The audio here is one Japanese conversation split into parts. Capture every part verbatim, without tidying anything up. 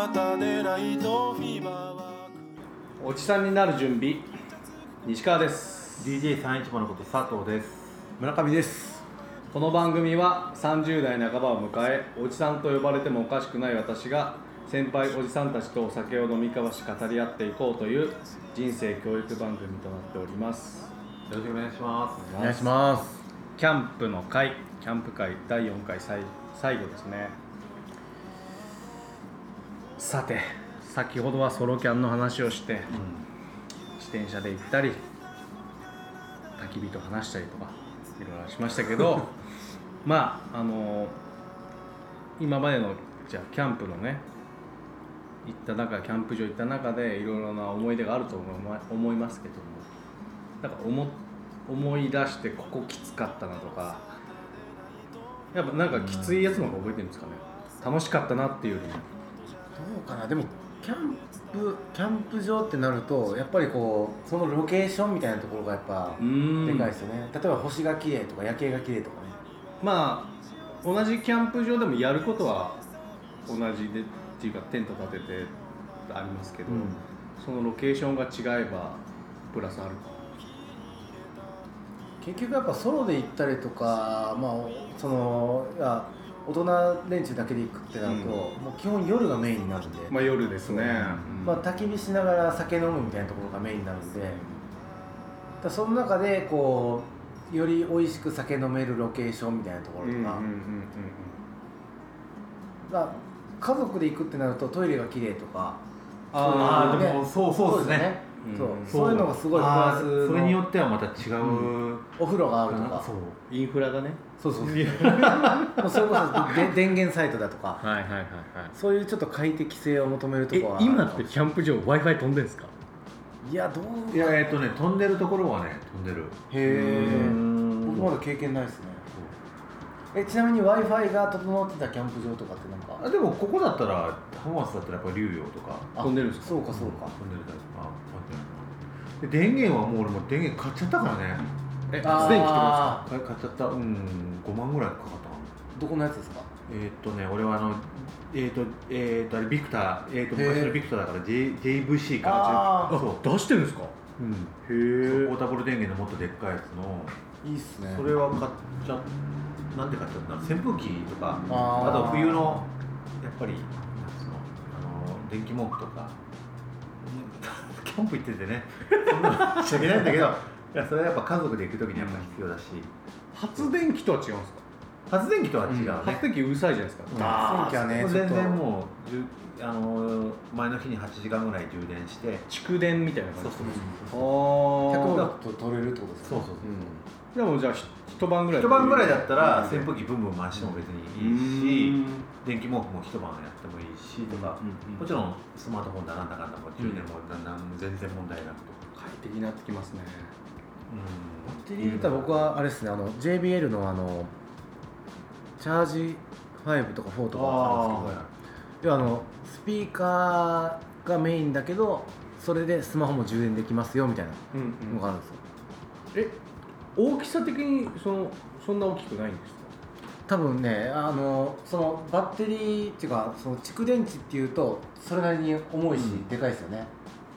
肩でないとフィーバーはおじさんになる準備、西川です。 ディージェーさんじゅういち 番のこと佐藤です。 村上です。 この番組はさんじゅう代半ばを迎え、おじさんと呼ばれてもおかしくない私が先輩おじさんたちとお酒を飲み交わし語り合っていこうという人生教育番組となっております。 よろしくお願いします。 お願いします。 キャンプの会、キャンプ会だいよんかい最最後ですね。さて、先ほどはソロキャンの話をして、うん、自転車で行ったり焚き火と話したりとかいろいろしましたけどまああの今までのじゃあキャンプのね行った中キャンプ場行った中でいろいろな思い出があると思いますけども、なんか思思い出してここきつかったなとか、やっぱなんかきついやつの方が覚えてるんですかね。楽しかったなっていうよりも。 どうかな。でもキャンプキャンプ場ってなるとやっぱりこうそのロケーションみたいなところがやっぱでかいですよね。例えば星が綺麗とか夜景が綺麗とかね。 まあ同じキャンプ場でもやることは同じでっていうかテント立ててありますけど、うん、そのロケーションが違えばプラスある。 結局やっぱソロで行ったりとか、まあそのいや大人連中だけで行くってなると、うん、もう基本夜がメインになるんで、 まあ夜ですね、 うん、まあ焚き火しながら酒飲むみたいなところがメインになるんで、だその中でこうより美味しく酒飲めるロケーションみたいなところとか、家族で行くってなるとトイレが綺麗とか、 ああ、ね、でもそうそうですね。 そう、そういうのがすごいプラスの、それによってはまた違う、うん、 お風呂があるとか、 そうインフラがね、 そうそうそうもうそれこそで電源サイトだとか、 はいはいはいはい、 そういうちょっと快適性を求めるところは。 え今ってキャンプ場 Wi-Fi 飛んでるんですか？ いやどういやえっとね飛んでるところはね飛んでる。 へえ。僕まだ経験ないですね。えちなみに Wi-Fi が整ってたキャンプ場とかってなんか？ あでもここだったら浜松だったらやっぱり竜陽とか飛んでるんですか？ そうかそうか、 飛んでるタイプ。あで電源はもう俺も電源買っちゃったからね。 え発電機ってことですか？買っちゃった。うんごまんぐらいかかったかな。 どこのやつですか？ えー、っとね俺はあのえー、っとえー、っとあれビクターえー、っと昔のビクターだから J JVC からあそう出してるんですか？ うんへえ。 ポータブル電源のもっとでっかいやつのいいっすね。 それは買っちゃなんで買っちゃったの？扇風機とか あ, あと冬のやっぱりそのあの電気毛布とかキャンプ行っててねそんなのしちゃいけないんだけどいやそれはやっぱ家族で行く時にやっぱ必要だし、 うん、発電機とは違うんですか？ 発電機とは違うね、うん、 発電機うるさいじゃないですか、うん、 発電機はね全然もうあの前の日にはちじかんぐらい充電して蓄電みたいな感じ。 そうそうそうそうひゃくワット取れるってことですか？ そうそうそう、 うん、でもじゃあ一晩ぐらい一晩ぐらいだったら扇風機ブンブン回しても別にいいし、電気毛布も一晩やってもいいしとか、うんうん、もちろんスマートフォンだなんだかんだも充電も全然問題なくと快適になってきますね。 バッテリーで言ったら僕はあれですね、あの ジェイビーエル のあのチャージファイブとかフォーとかあるんですけど、要はあのスピーカーがメインだけどそれでスマホも充電できますよみたいなのがあるんですよ、 うんうん、え大きさ的にそのそんな大きくないんですか？ 多分ね、あのそのバッテリーっていうかその蓄電池っていうとそれなりに重いし、うん、でかいですよね。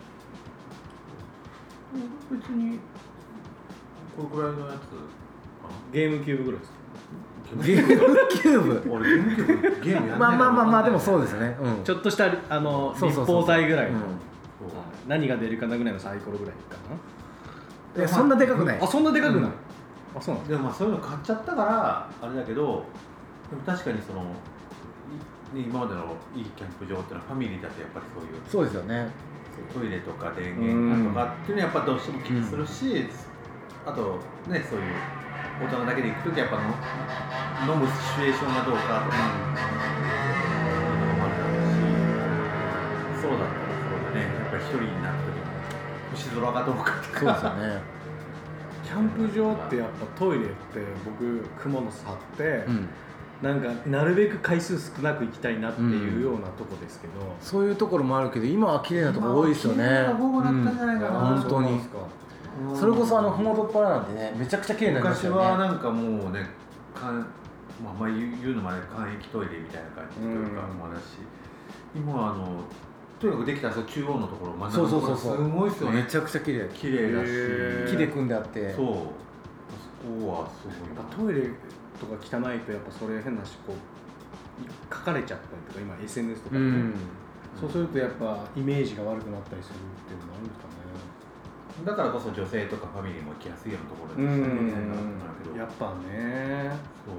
別にこれくらいのやつゲームキューブぐらいですか？ ゲームキューブ俺ゲームキューブゲームやんない。 まあまあまあまあでもそうですよね、うん、 ちょっとしたあの立方体ぐらいの、うん、何が出るかなぐらいのサイコロぐらいかな。 いやそんなでかくない。 あそんなでかくない、うん、 あそうなんでもまあそういうの買っちゃったからあれだけど、でも確かにその今までのいいキャンプ場っていうのはファミリーだとやっぱりそういうそうですよね。 トイレとか電源とかっていうのはやっぱどうしても気にするし、うん、あとねそういう大人だけで行くときやっぱの飲むシチュエーションがどうかとか、うん、いうのもあるだろうし、そうだったらそうだね、やっぱり一人になったときも星空がどうかとか。 そうですよね。 キャンプ場ってやっぱトイレって僕クモの巣張って、うん、なんかなるべく回数少なく行きたいなっていうようなとこですけど、うん、 そういうところもあるけど今は綺麗なところ多いですよね。 今は綺麗な方法だったんじゃないかな、 うん、本当に。それこそあのふもとっぱらなんてねめちゃくちゃ綺麗になりましたよね。 昔はなんかもうねかん、まあ、まあ言うのもあれ簡易トイレみたいな感じというかもあるし、 今あのとにかくできたら中央のところ真ん中そうのところそうそうそうすごいですよね。 めちゃくちゃ綺麗綺麗だしへー木で組んであってそうあそこはすごいやっぱトイレとか汚いとやっぱそれ変なしこう書かれちゃったりとか今 エスエヌエス とかで、 うんそうするとやっぱイメージが悪くなったりするっていうのもあるんですかね。 だからこそ女性とかファミリーも来やすいようなところうにしたいみんたいなのがあるけど、 やっぱね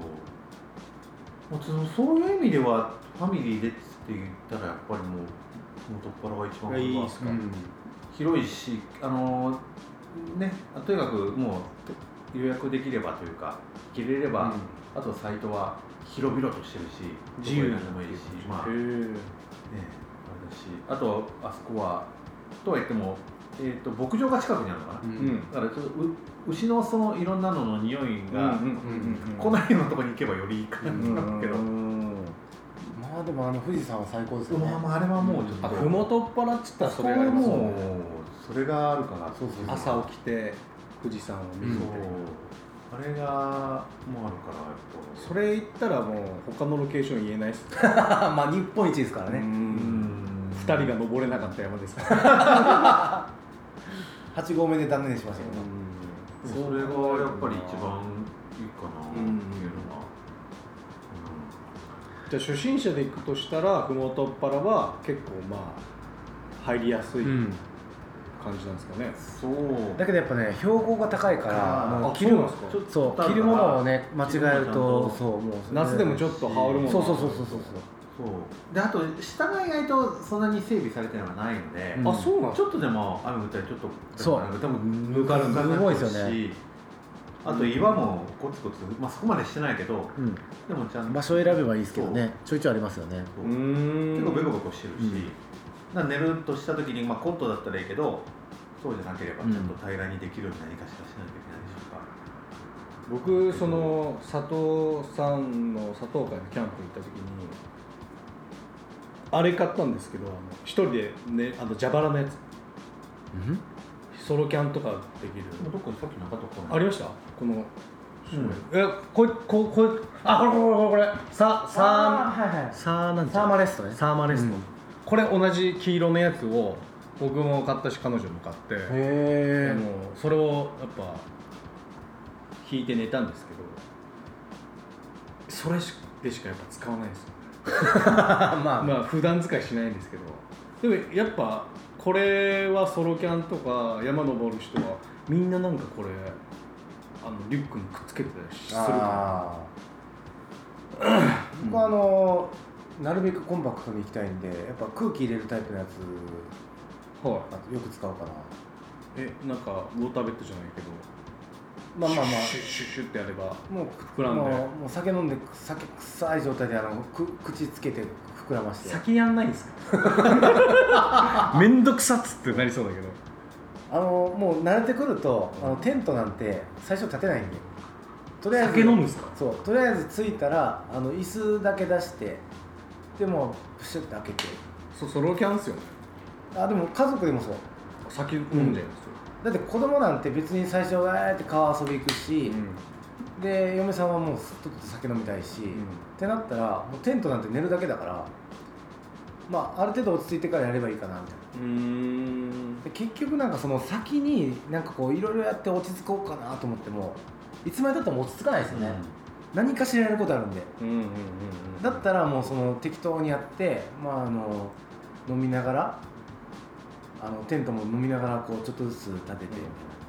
そうもうそそういう意味ではファミリーでって言ったらやっぱりもう元っ腹が一番いいですか、 うん広いし、あのね、とにかくもう予約できればというか切れれば、あとサイトは広々としてるし自由にどこでもいいし、まあへーね、あれだし、あとあそこはとは言っても、えー、と牧場が近くにあるのかな、 ううんんだからちょっとう牛のそのいろんなのの匂いが、 うんうんうんうん来ないようなところに行けばよりいいかなと思うけど、 まあでもあの富士山は最高ですよねまあまああれはもうちょっと、 あふもとっぱらっつったらそれがありそれはますよね。 もうそれがあるからそうそうそう朝起きて富士山を見るそうみたいな、 あれがもうあるからやっぱそれ言ったらもう他のロケーション言えないっすね。 まあ日本一ですからうねんふたりが登れなかった山ですからはち合目で断念しましたけどそれがやっぱり一番いいかなっていうのは、 じゃあ初心者で行くとしたらふもとっぱらは結構まあ入りやすいうん感じなんですかね。 そうだけどやっぱね標高が高いからあのあ着るそうなんですかちょっとそう着るものをね間違える着るものちゃんととそうもう夏でもちょっと羽織るものそうそうそうそうそうそうであと下が意外とそんなに整備されてるのがないので、 うんあ、そうなんですか。 ちょっとでも雨降ったりちょっとそうでもぬかるんだすごいですよねあと岩もコツコツ、まあ、そこまでしてないけどうんでもちゃんと場所を選べばいいですけどねちょいちょいありますよねそううーん結構ベコベコしてるし、 うんだから寝るとした時に、まあ、コントだったらいいけどそうじゃなければちゃんと平らにできるように何かしらしなきゃいけないでしょうか、 僕その佐藤さんの佐藤会のキャンプ行った時にあれ買ったんですけど、あの一人でねあの蛇腹のやつうんソロキャンとかできるどっかにさっきなかったかなありましたこの、 うんえこれこれこれあこれこれこれこれささはいはいサーなんていうのサーマレストねサーマレスト、 うんこれ同じ黄色のやつを僕も買ったし彼女も買って、 へでもそれをやっぱ引いて寝たんですけどそれしでしかやっぱ使わないですよまあまあ普段使いしないんですけどでもやっぱこれはソロキャンとか山登る人はみんななんかこれあのリュックにくっつけてたりするかあー僕はあのなるべくコンパクトに行きたいんでやっぱ空気入れるタイプのやつらはいよく使うかなえなんかウォーターベッドじゃないけどまあまあまあシュッシュッシュッってやればもう膨らんでもうもう酒飲んで酒臭い状態であのく口つけて膨らまして先やんないんですかめんどくさっつってなりそうだけどあのもう慣れてくるとあのテントなんて最初立てないんでとりあえず酒飲むんですかそうとりあえず着いたらあの椅子だけ出してでもプシュッて開けてそソロキャンっすよねあでも家族でもそう酒飲んじゃいますよ、 だって子供なんて別に最初わーって川遊び行くし、で嫁さんはもうとっとと酒飲みたいし、ってなったらもうテントなんて寝るだけだからまあある程度落ち着いてからやればいいかなみたいなうーんで結局なんかその先になんかこういろいろやって落ち着こうかなと思ってもいつまでたっても落ち着かないですよね、何かしらやることあるんでうんうんうんうんだったらもうその適当にやってまああの飲みながらあのテントも飲みながらこうちょっとずつ立ててみたいな、 いや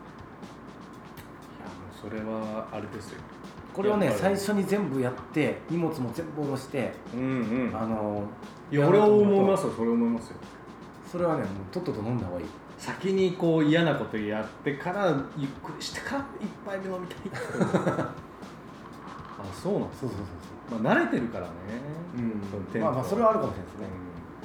もうそれはあれですよこれをねやっぱり最初に全部やって荷物も全部下ろして、 うんうんあのいや俺は思いますよそれ思いますよそれはねもうとっとと飲んだ方がいい先にこう嫌なことやってからゆっくりしてから一杯目飲みたいあそうなんですそうそうそうまあ慣れてるからねそう、 テントまあまあそれはあるかもしれないですね、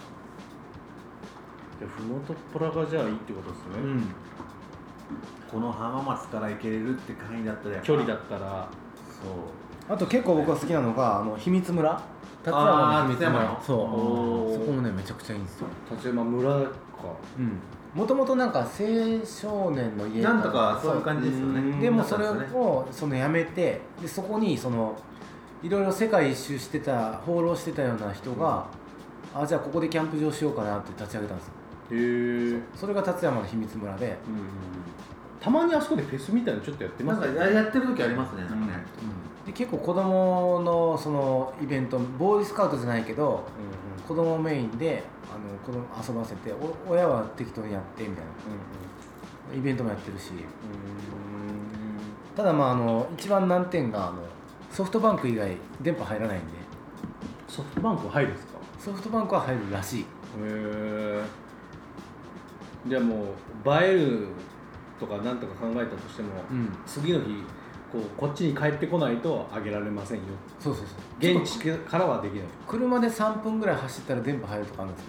じゃあふもとっぱらがじゃあいいってことですね、 うんこの浜松から行けれるって範囲だったらやっぱ距離だったらそうあと結構僕が好きなのがあの秘密村立山の秘密村あー立山のそうおーそこもねめちゃくちゃいいんですよ立山村かもともとなんか青少年の家なんとかそういう感じですよねうんでもそれなんかですねをそのやめてでそこにそのいろいろ世界一周してた放浪してたような人があじゃあここでキャンプ場しようかなって立ち上げたんですよ。 へえ。 それが立山の秘密村で、 うん、たまにあそこでフェスみたいなのちょっとやってますなんかやってる時ありますね、なんかね。 で結構子供のそのイベント、ボーイスカウトじゃないけど、 うん、 子供メインであの子供遊ばせて、お親は適当にやってみたいな、うんうん、イベントもやってるし、うん、ただまああの一番難点があのソフトバンク以外電波入らないんで。 ソフトバンクは入るんですか？ ソフトバンクは入るらしい。へえ。じゃあもう映えるとかなんとか考えたとしても、うん、次の日こうこっちに帰ってこないと上げられませんよ。 そうそうそう。 現地からはできない。 車でさんぷんぐらい走ったら電波入るとかあるんです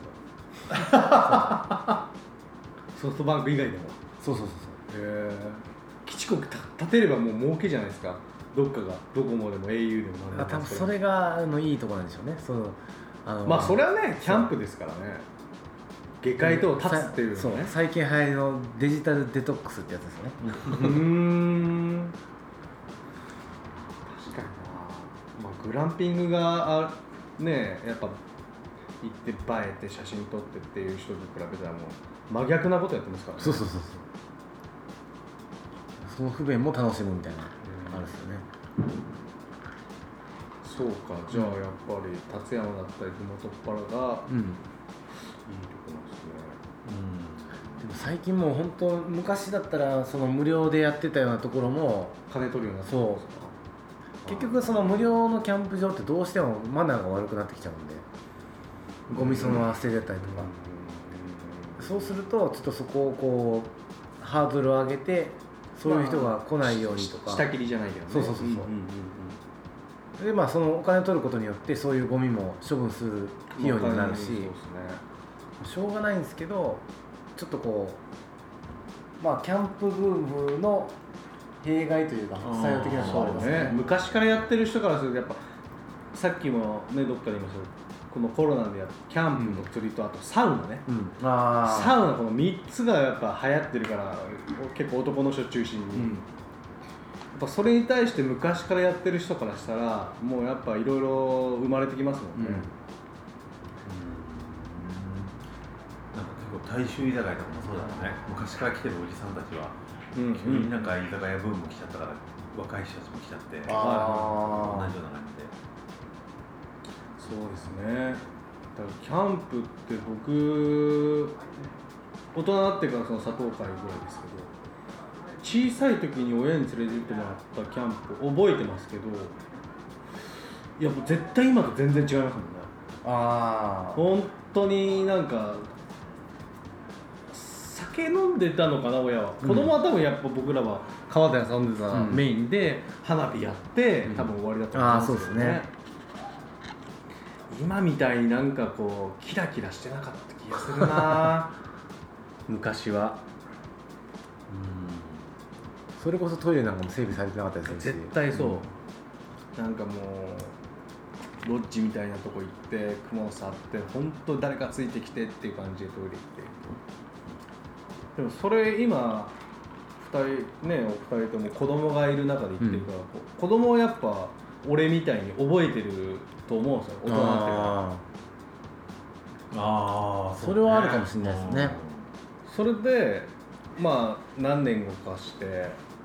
けど。ソフトバンク以外でも。 そうそうそうそう。 へえ。基地局建てればもう儲けじゃないですか。どっかがドコモでも エーユー でもあ多分それがあのいいところなんでしょうね。そうあのまあそれはねキャンプですからね。下界と立つっていうのね。そう最近流行りのデジタルデトックスってやつですね。 うーん確かにな、まあ、グランピングがあねやっぱ行って映えて写真撮ってっていう人に比べたらもう真逆なことやってますからね。 そうそうそうそう。その不便も楽しむみたいなあるんですよね。 そうか、じゃあやっぱり立山だったり麓っ腹が、うん、いいとこなんですね。 うん、でも最近もう本当昔だったらその無料でやってたようなところも金取るようになってそう結局その無料のキャンプ場ってどうしてもマナーが悪くなってきちゃうんで、ゴミそのまま捨ててたりとか、うん、そうするとちょっとそこをこうハードルを上げてそういう人が来ないようにとか、 下切りじゃないけどね。 そうそうそうそう、うんうんうん、でまあそのお金を取ることによってそういうゴミも処分する費用にもなるし、そうですね、しょうがないんですけど、ちょっとこうまあキャンプブームの弊害というか副作用的なのがありますね。 ね、昔からやってる人からするとやっぱさっきもねどっかで言いましたけど、このコロナでやキャンプの釣りとあとサウナね、うん、あサウナこのみっつがやっぱ流行ってるから結構男の人中心に、うん、やっぱそれに対して昔からやってる人からしたらもうやっぱいろいろ生まれてきますもんね、 うん、なんか結構大衆居酒屋とかもそうだろうね。昔から来てるおじさんたちは、うん、急になんか居酒屋ブーム来ちゃったから若い人たちも来ちゃって、あ同じような感じで。 そうですね。だからキャンプって僕大人になってからその佐藤会ぐらいですけど、小さい時に親に連れて行ってもらったキャンプ覚えてますけど、いやもう絶対今と全然違いますもんね。ああ本当になんか酒飲んでたのかな親は、うん、子供は多分やっぱ僕らは川で遊んでたメインで花火やって、うん、多分終わりだと思うんですけどね、ああそうですね。今みたいになんかこうキラキラしてなかった気がするな昔は。 うんそれこそトイレなんかも整備されてなかったですよね。絶対そう、うん、なんかもうロッジみたいなとこ行って雲の差あって本当誰かついてきてっていう感じでトイレ行って、でもそれ今ふたりねお二人とも子供がいる中で行ってるから、うん、子供はやっぱ俺みたいに覚えてると思うんですよ、大人になってから。ああ、それはあるかもしれないですね。 それでまあ何年後かして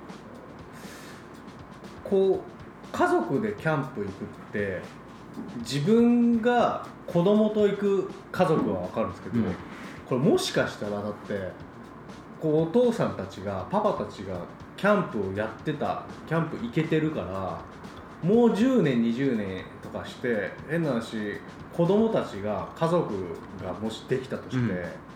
こう家族でキャンプ行くって自分が子供と行く家族は分かるんですけど、うん、これもしかしたらだってこうお父さんたちがパパたちがキャンプをやってたキャンプ行けてるからもうじゅうねんにじゅうねんとかして変な話子供たちが家族がもしできたとして、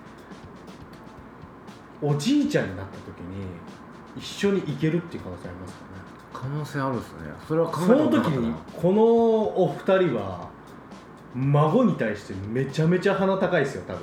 うん、おじいちゃんになった時に一緒に行けるっていう可能性ありますかね。 可能性あるですね。それは考えたことなかったな。その時にこのお二人は孫に対してめちゃめちゃ鼻高いですよ多分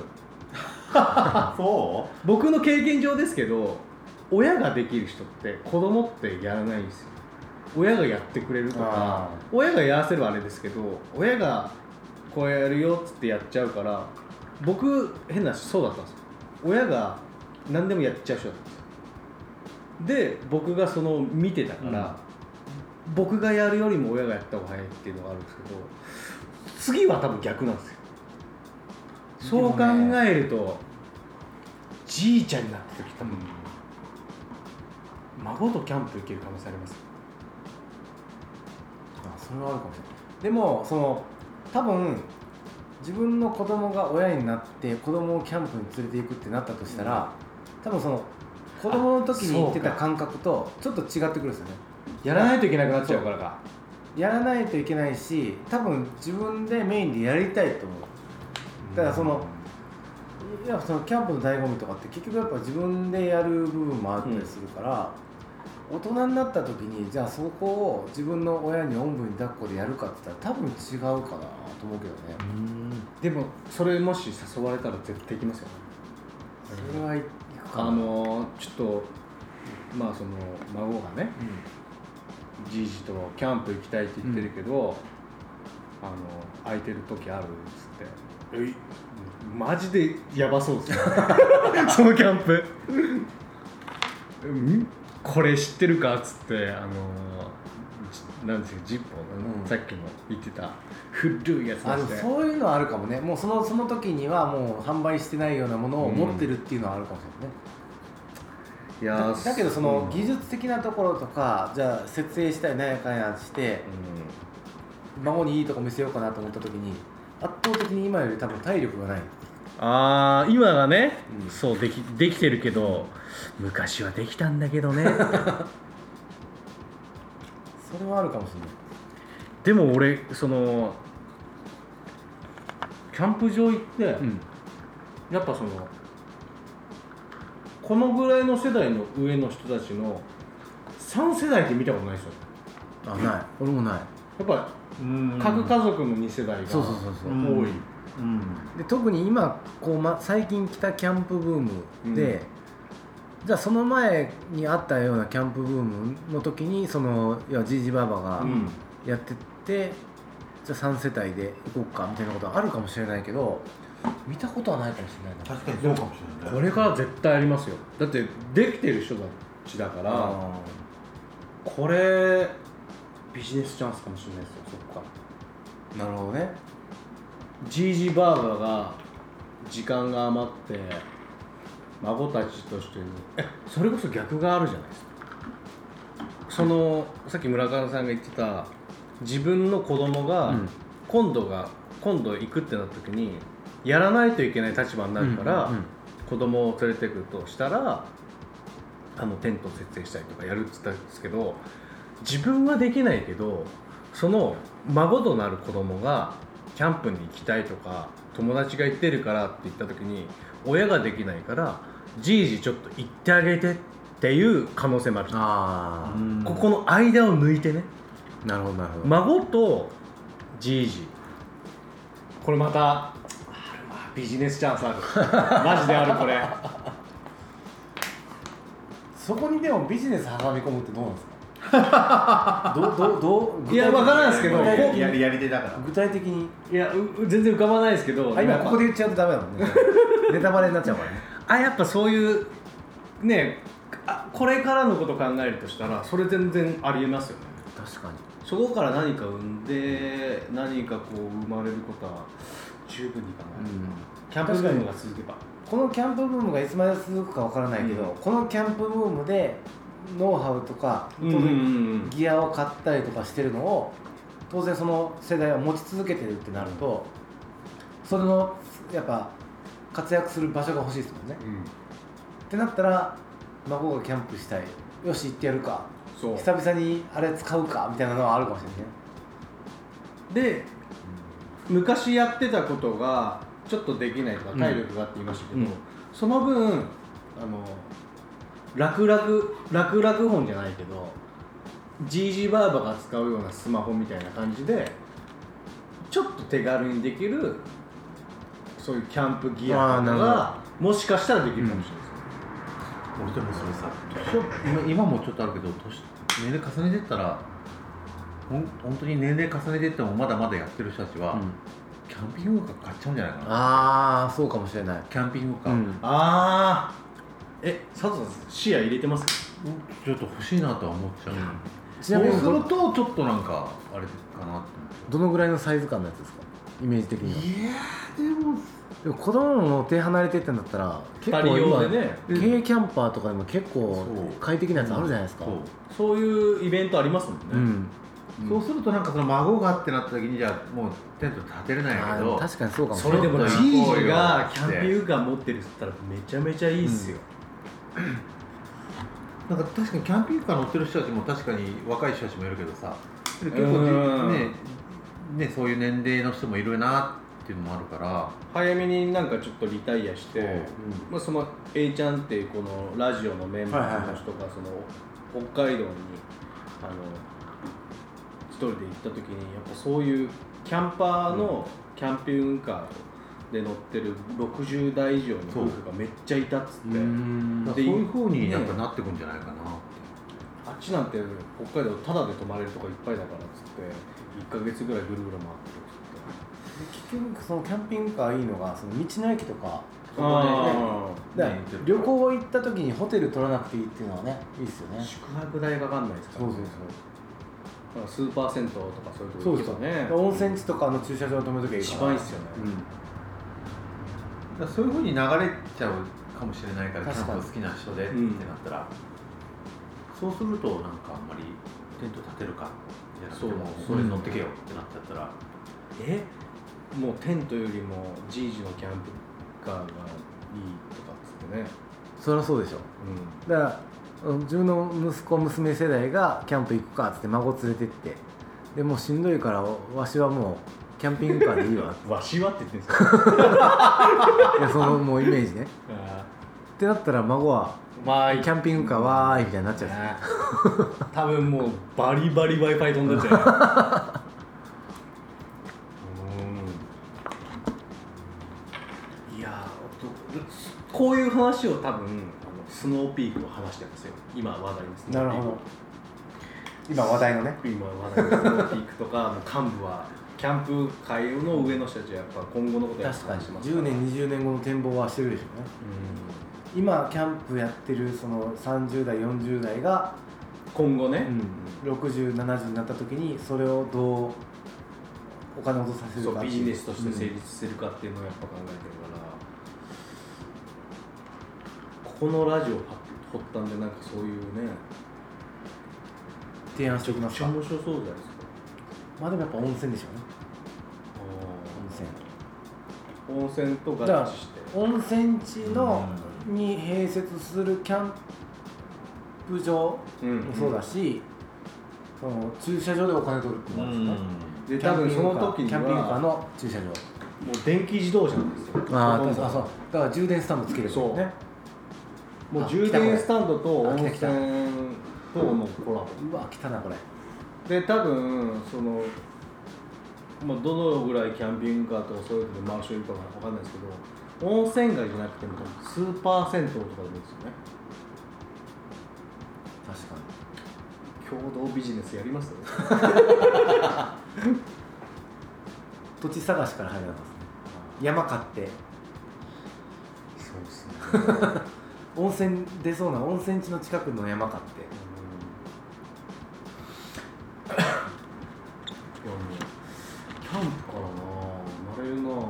そう僕の経験上ですけど、親ができる人って子供ってやらないんですよ。親がやってくれるとか、親がやらせるあれですけど、親がこうやるよっつってやっちゃうから、僕変な話そうだったんですよ。親が何でもやっちゃう人だったんですよ。で僕がその見てたから、うん、僕がやるよりも親がやった方が早いっていうのがあるんですけど、次は多分逆なんですよ。 そう考えるとじいちゃんになった時多分、孫とキャンプ行ける可能性あります。 あ、それはあるかもしれない。でもその多分自分の子供が親になって子供をキャンプに連れて行くってなったとしたら、多分その子供の時に行ってた感覚とちょっと違ってくるんですよね。 やらないといけなくなっちゃうからか。 やらないといけないし、多分自分でメインでやりたいと思う。だからその、いやそのキャンプの醍醐味とかって結局やっぱ自分でやる部分もあったりするから、うん、大人になった時にじゃあそこを自分の親におんぶに抱っこでやるかって言ったら多分違うかなと思うけどね。 うん、でもそれもし誘われたら絶対行きますよね。 それは行くかな。 あのちょっとまあその孫がね、うん、じいじとキャンプ行きたいって言ってるけど、うん、あの空いてる時あるっつって、えマジでやばそうですよそのキャンプうんこれ知ってるかっつってあのなんですよジッポー、うん、さっきも言ってた古いやつあでそういうのはあるかもね。もうそのその時にはもう販売してないようなものを持ってるっていうのはあるかもしれないね、うん、いや だ, だけどその技術的なところとか、じゃあ設営したり何やかんやして、うん、孫にいいとこ見せようかなと思った時に圧倒的に今より多分体力がない。 あー今がね、うん、そうできできてるけど昔はできたんだけどねそれはあるかもしれない。 でも俺そのキャンプ場行って、うん、やっぱそのこのぐらいの世代の上の人たちのさん世代って見たことないですよ。 あ、ない。俺もない。やっぱ各家族のに世代がそうそうそうそう多い。 うん、で特に今こう、ま、最近来たキャンプブームで、うん、じゃあその前にあったようなキャンプブームの時にそのいやじいじばあばがやってて、うん、じゃあさん世帯で行こうかみたいなことはあるかもしれないけど見たことはないかもしれないな。 確かにそうかもしれない。 これから絶対ありますよ。だってできてる人たちだからこれビジネスチャンスかもしれないですよ。そっか。 なるほどね。 じいじばあばが時間が余って孫たちとしてえそれこそ逆があるじゃないですか。そのさっき村上さんが言ってた自分の子供が今度が、うん、今度行くってなった時にやらないといけない立場になるから、うんうんうん、子供を連れてくるとしたらあのテント設営したりとかやるって言ったんですけど、自分はできないけどその孫となる子供がキャンプに行きたいとか友達が行ってるからって言った時に親ができないからじいじちょっと行ってあげてっていう可能性もある。あー、ここの間を抜いてね。 なるほどなるほど。 孫とじいじこれまたビジネスチャンスあるマジであるこれそこにでもビジネスはみ込むってどうなんですかどどどいや分からないですけどやりやり手だから具体的にいや全然浮かばないですけど今ここで言っちゃうとダメだもんねネタバレになっちゃうからね。 あやっぱそういうねあこれからのことを考えるとしたらそれ全然ありえますよね。 確かにそこから何か生んで何かこう生まれることは十分に考える、うん、キャンプブームが続けばこのキャンプブームがいつまで続くかわからないけど、うん、このキャンプブームでノウハウとか、うんうんうん、ギアを買ったりとかしてるのを当然その世代は持ち続けてるってなるとそれのやっぱ活躍する場所が欲しいですもんね、うん、ってなったら孫がキャンプしたいよし行ってやるかそう久々にあれ使うかみたいなのはあるかもしれないね。で、うん、 昔やってたことがちょっとできないとか体力があって言いましたけど、うん、その分あの楽々楽々本じゃないけどじいじばあばが使うようなスマホみたいな感じでちょっと手軽にできるそういうキャンプギアとかがもしかしたらできるかもしれないです、 うん、俺でもそれさ今, 今もちょっとあるけど年年齢重ねてったらほん本当に年齢重ねてってもまだまだやってる人たちは、うん、キャンピングカー買っちゃうんじゃないかな。 ああそうかもしれない。 キャンピングカー、うん、 ああえ佐藤さん視野入れてますか？ ちょっと欲しいなとは思っちゃう、うん、 ちなみにそうするとちょっとなんかあれかなって。 どのぐらいのサイズ感のやつですかイメージ的には。 いやでもでも子供も手離れてってんだったら結構二人用今でね軽キャンパーとかでも結構快適なやつあるじゃないですか。 そうそういうイベントありますもんね、 うんそうするとなんかその孫がってなった時にじゃあもうテント立てれないけど、 あー確かにそうかもそれでもじちょっといじがキャンピングカー持ってるっつったらめちゃめちゃいいっすよ、 なんか確かにキャンピングカー乗ってる人たちも確かに若い人たちもいるけどさ結構うんねねそういう年齢の人もいるなっていうのもあるから早めになんかちょっとリタイアして、 そうまあ、その A ちゃんっていうこのラジオのメンバーの人がその北海道にあの一人で行った時にやっぱそういうキャンパーのキャンピングカーで乗ってるろくじゅうだい以上の夫婦がめっちゃいたっつって、 うんだからそういう風になんかなってくんじゃないかなって、 あっちなんて北海道タダで泊まれるとこいっぱいだからっつっていっかげつぐらいぐるぐる回ってるっつって結局そのキャンピングカーいいのがその道の駅とかあだから旅行行った時にホテル取らなくていいっていうのはねいいですよね。 宿泊代かかんないですから、 そうそうだからスーパー銭湯とかそういうとこそうそう行けばね温泉地とかの駐車場に止めときゃいいから一番いいっすよね、 だからそういう風に流れちゃうかもしれないからキャ確かにンプ好きな人でってうんなったら、そうするとなんかあんまりテント立てるかじゃなくてもそうそれに乗ってけよってなっちゃったら、 えもうテントよりもじいじのキャンプカーがいいとかっつってね、 そりゃそうでしょ。 うだから自分の息子娘世代がキャンプ行くかっつって孫連れてってでもうしんどいからわしはもうキャンピングカーでいいわん、わしはって言ってんですかいやそのもうイメージねってなったら孫はまあキャンピングカーわーいみたいになっちゃう、 ね多分もうバリバリ Wi-Fi 飛んでっちゃういやーこういう話を多分あのスノーピークを話してますよ今話題ですね。 なるほど今話題のね今話題のスノーピークとか幹部はキャンプ界の上の人たちはやっぱ今後のことやって確かに話してますじゅうねんにじゅうねんごの展望はしてるでしょうね。今キャンプやってるそのさんじゅうだいよんじゅうだいが、 今後ね、 うん、ろくじゅうななじゅうになった時にそれをどうお金を落とさせるそうかっていうビジネスとして成立するかっていうのをやっぱ考えてるから、ここのラジオを発端でなんかそういうね提案しておきめっますか。 ちゃ面白そうじゃないですか。 まあでもやっぱ温泉でしょうね。温泉温泉と合だから致して温泉地のに併設するキャンプ場うんもそうだし、その駐車場でお金取るっていうのもあるんですよね。 で多分その時にキャンピングカーはもの駐車場。 う電気自動車なんですよ。 あほとんどあ、そうだから充電スタンドつけるそうね。 もう充電スタンドと温泉あ来た来たとのコラボうわ来たなこれ。 で多分その、まあ、どのぐらいキャンピングカーとかそういうので回しいるかわかんないですけど、温泉街じゃなくてもスーパー銭湯とかでもいいですよね。 確かに。 共同ビジネスやります土地探しから入りますね。山買ってそうですね温泉出そうな温泉地の近くの山買って。 キャンプからな慣れるな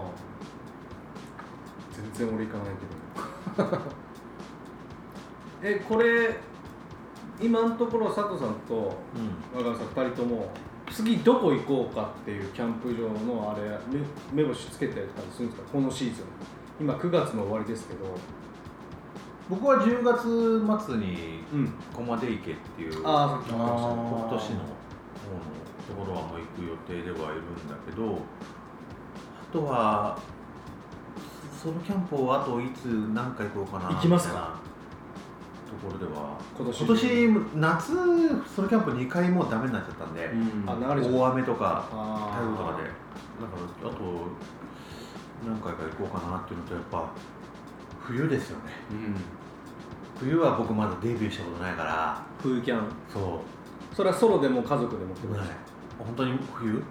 全然俺行かないけどえこれ今のところ佐藤さんとうん若林さんふたりとも次どこ行こうかっていうキャンプ場のあれ目目星つけてたりするんですかこのシーズン。今くがつの終わりですけど。 僕はじゅうがつ末にうん駒出池っていうああさっき言ってましたね。 北都市の方のところはもう行く予定ではいるんだけど、あとはそのキャンプをあといつ何回行こうかな行きますかところでは今年今年夏ソロキャンプにかいもうダメになっちゃったんで、 あ流れちゃう大雨とかあ台風とかでだからあと何回か行こうかなっていうのとやっぱ冬ですよね。冬は僕まだデビューしたことないから冬キャンそうそれはソロでも家族でもってことないですか。 本当に冬、うん、でも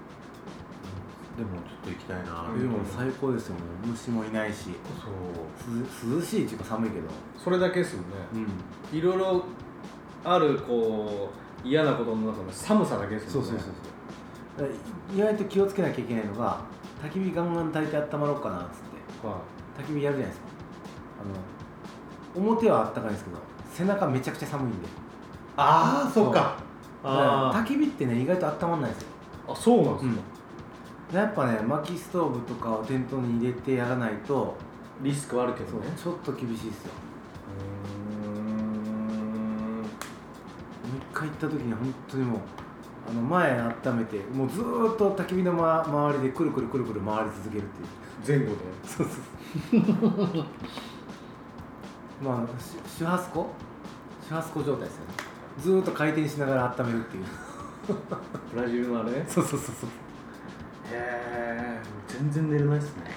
ちょっと行きたいな冬も最高ですよね。虫もいないしそうす涼しいっていうか寒いけど、 それだけですよね。 うん、 いろいろあるこう嫌なことの中の寒さだけですよね。 そうそうそうそう。だから意外と気をつけなきゃいけないのが焚き火ガンガン焚いて温まろうかなっつって焚き火やるじゃないですか。あの表はあったかいんですけど背中めちゃくちゃ寒いんで。 ああそうか。 あ焚き火ってね意外と温まんないんですよ。 あ、そうなんですか、 うん、やっぱね薪ストーブとかをテントに入れてやらないとリスクはあるけどね。 ちょっと厳しいですよ。 うーん。 一回行った時に本当にもうあの前温めてもうずーっと焚き火の、ま、周りでくるくるくるくる回り続けるっていう。 前後で。 そうそうまあシュハスコシュハスコ状態ですよね。ずーっと回転しながら温めるっていうブラジルのあれ。 そうそうそうそう。 へえ、全然寝れないっすね。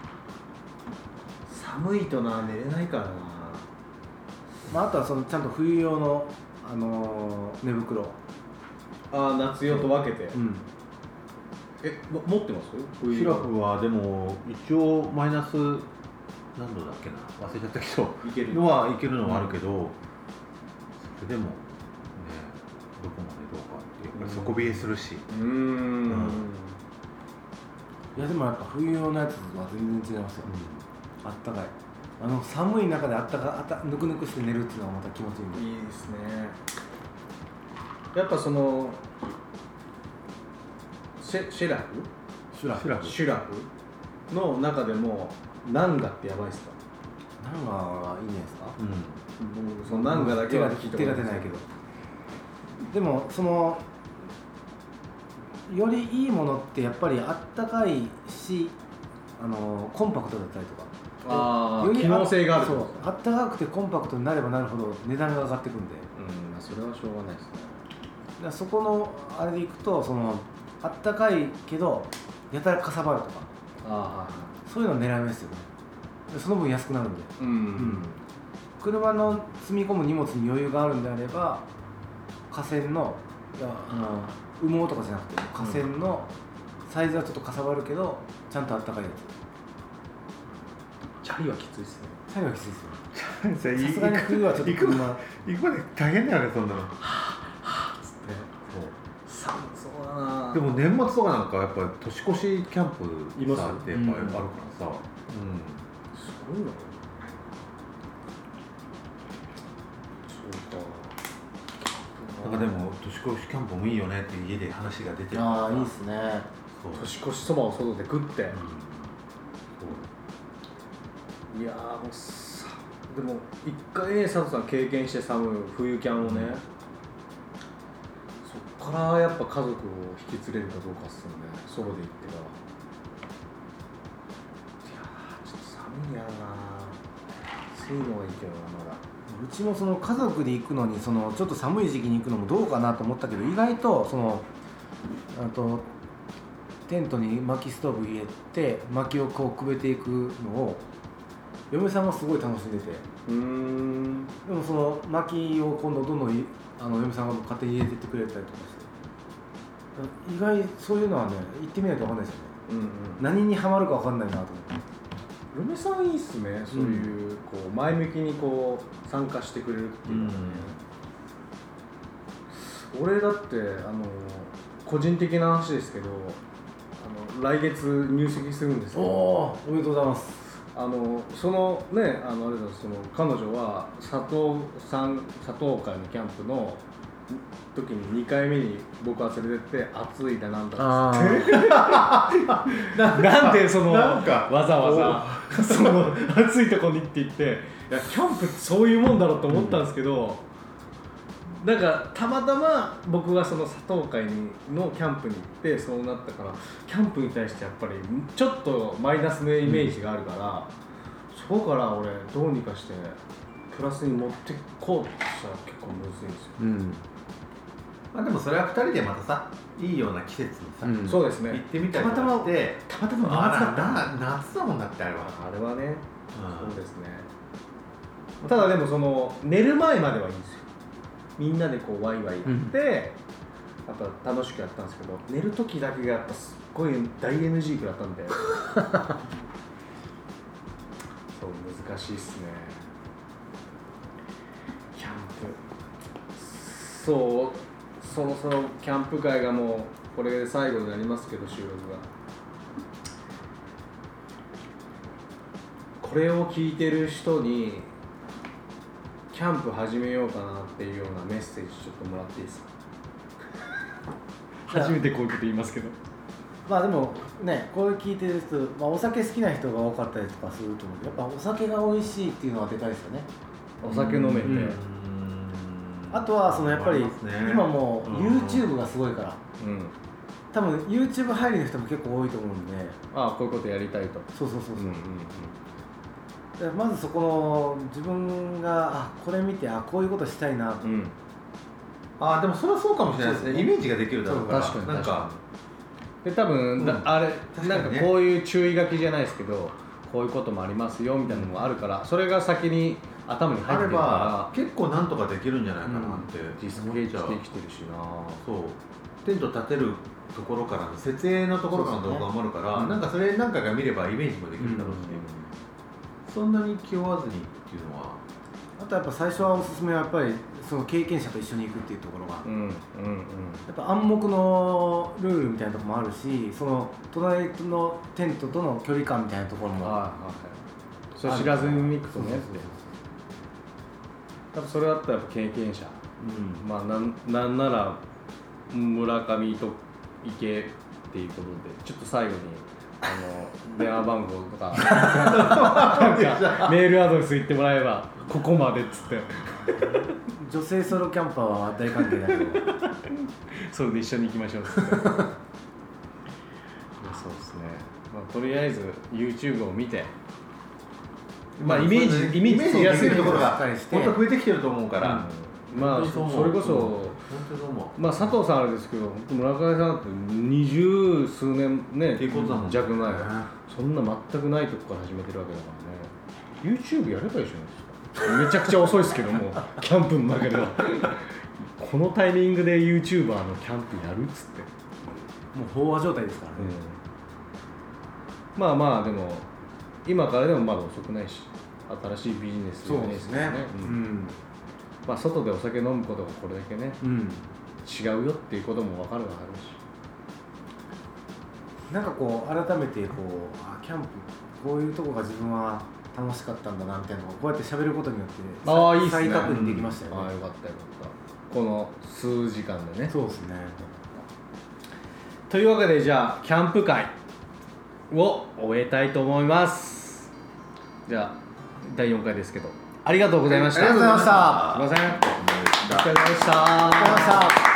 寒いとな寝れないからな。 まあ、あとはそのちゃんと冬用の、あのー、寝袋。 ああ、夏用と分けて。 うん。 え、も持ってます？冬シラフはでも一応マイナス何度だっけな忘れちゃったけどいけるのはいけるのはあるけど、うん、それでもねどこまでどうかってやっぱり底冷えするし。 うーん、うん、 いやでもやっぱ冬用のやつは全然違いますよ、うん、あったかい。あの寒い中であったかあったぬくぬくして寝るっていうのがまた気持ちいいんで。 いいですね。やっぱそのシェシェラフシュラフシュラフシュラフの中でもナンガってやばいっすか？ ナンガはいいんじゃないですか。 うん僕そのナンガだけは聞いた手が出ないけど。でもそのよりいいものってやっぱりあったかいし、あのコンパクトだったりとか。 ああ、 より機能性がある。 そう、あったかくてコンパクトになればなるほど値段が上がってくんで。 うん、それはしょうがないですね。 だからそこのあれでいくとそのあったかいけどやたらかさばるとか、 ああ、 そういうの狙い目ですよね。でその分安くなるんで。 うん、うん、 車の積み込む荷物に余裕があるんであれば河川のいやあの羽毛とかじゃなくて河川のサイズはちょっとかさばるけどちゃんとあったかいやチャリはきついですね。 つ。チャリはきついですよ。 ささすがに冬はちょっと車行くまで大変だよねそんなの。 つって寒そうだな。 でも年末とかなんかやっぱり年越しキャンプいますさってやっぱりあるからさ、 すごいな。そうか。 なんかでも年越しキャンプもいいよねって家で話が出てる。 ああいいっすね。 そう年越しそばを外で食って、 うんいやーもうさでも一回ね佐藤さん経験して寒い冬キャンをね、うん、そっからやっぱ家族を引き連れるかどうかっすよね。ソロで行ってからいやーちょっと寒いやろな。暑いのはいいけどな。まだうちもその家族で行くのにそのちょっと寒い時期に行くのもどうかなと思ったけど意外とそのあとテントに薪ストーブ入れて薪をこうくべていくのを嫁さんもすごい楽しんでて。 うーんでもその薪を今度どんどんあの嫁さんが勝手に入れてってくれたりとかして意外そういうのはね行ってみないと分かんないですよね、 うんうん、 何にハマるか分かんないなと思って。 嫁さんいいっすね。そういう、こう前向きにこう参加してくれるっていうのはね、うん、俺だってあの個人的な話ですけどあの来月入籍するんですけど、 おーおめでとうございます。 あのそのねあのあれだその彼女は佐藤さん佐藤会のキャンプの時ににかいめに僕は連れてって暑いだなんだってな, なんでそのなんかわざわざその暑いとこにって言っていやキャンプってそういうもんだろうと思ったんですけど、うん、なんかたまたま僕がその佐藤会のキャンプに行ってそうなったからキャンプに対してやっぱりちょっとマイナスのイメージがあるから、うん、そこから俺どうにかしてプラスに持ってこうとしたら結構むずいんですよ、 うんまあ、でもそれはふたりでまたさいいような季節にさ、 うん、そうですね行ってみたりとかしてたまたま夏だった夏だもんだってあれはあれはね、 うん、 そうですね。ただでもその寝る前まではいいんですよ。みんなでこうワイワイやって、うん、やっぱ楽しくやったんですけど寝る時だけがやっぱすっごい大 エヌジー 食らったんでそう難しいっすねキャンプ。そうそろそろキャンプ会がもうこれで最後になりますけど収録がこれを聞いてる人にキャンプ始めようかなっていうようなメッセージちょっともらっていいですか？初めてこういうこと言いますけど、 まあでもね、これ聞いてる人、まあ、お酒好きな人が多かったりとかすると思うけど、やっぱお酒が美味しいっていうのはでかいですよね。 お酒飲めて、 うん、あとはそのやっぱり、ね、今もう YouTube がすごいから、うん、多分 YouTube 入りの人も結構多いと思うんで、 ああこういうことやりたいと。 そうそうそうそう、うんうんうん、まずそこの自分があこれ見てあこういうことしたいなと、うん、 ああでもそれはそうかもしれないですね。イメージができるだろうから。 確かになんかで多分、うん、あれ、ね、なんかこういう注意書きじゃないですけど、こういうこともありますよみたいなのがあるから、それが先に頭に入ってるから結構なんとかできるんじゃないかなって、うん、 ディスプレイしてきてるしな。 そうテント立てるところからの設営のところからの動画もあるから、ね、なんかそれ何回か見ればイメージもできるだろうし、うん、そんなに気負わずにっていうのは。 あとやっぱ最初はおすすめはやっぱりその経験者と一緒に行くっていうところが、うんうんうん、やっぱ暗黙あルールみたいなところもあるし、その隣のテントとの距離感みたいなところも、はいはい、 それ知らずに行くとねって、多分それだったらやっぱ経験者、うん、まあなんなんなら村上と行けっていうことで、ちょっと最後にあの電話番号とかなんかメールアドレス言ってもらえばここまでっつって女性ソロキャンパーは大歓迎だけどそれで一緒に行きましょうっつってそうですね、まあ、とりあえず YouTube を見て、まあイメージイメージしやすいところが本当増えてきてると思うから、 うん、まあそれこそ、まあ佐藤さんあれですけど、村上さんって二十数年ね弱前、そんな全くないとこから始めてるわけだからね。 YouTube やればいいじゃないですか。めちゃくちゃ遅いですけどもキャンプの中ではこのタイミングで YouTuber のキャンプやるっつってもう飽和状態ですからね、 うん、まあまあでも今からでもまだ遅くないし、新しいビジネスそうですね、 うんうん、まあ外でお酒飲むことがこれだけね、うん、違うよっていうことも分かるわかるし、 なんかこう改めてこうあキャンプこういうとこが自分は楽しかったんだなみたいなのをこうやって喋ることによってあいいっすね、 再確認できましたよね、 うん、あよかったよかったこの数時間でね。 そうですね。 というわけでじゃあキャンプ会を終えたいと思います。じゃあだいよんかいですけどありがとうございました。 ありがとうございました。 すいません、お疲れ様でした。 お疲れ様でした。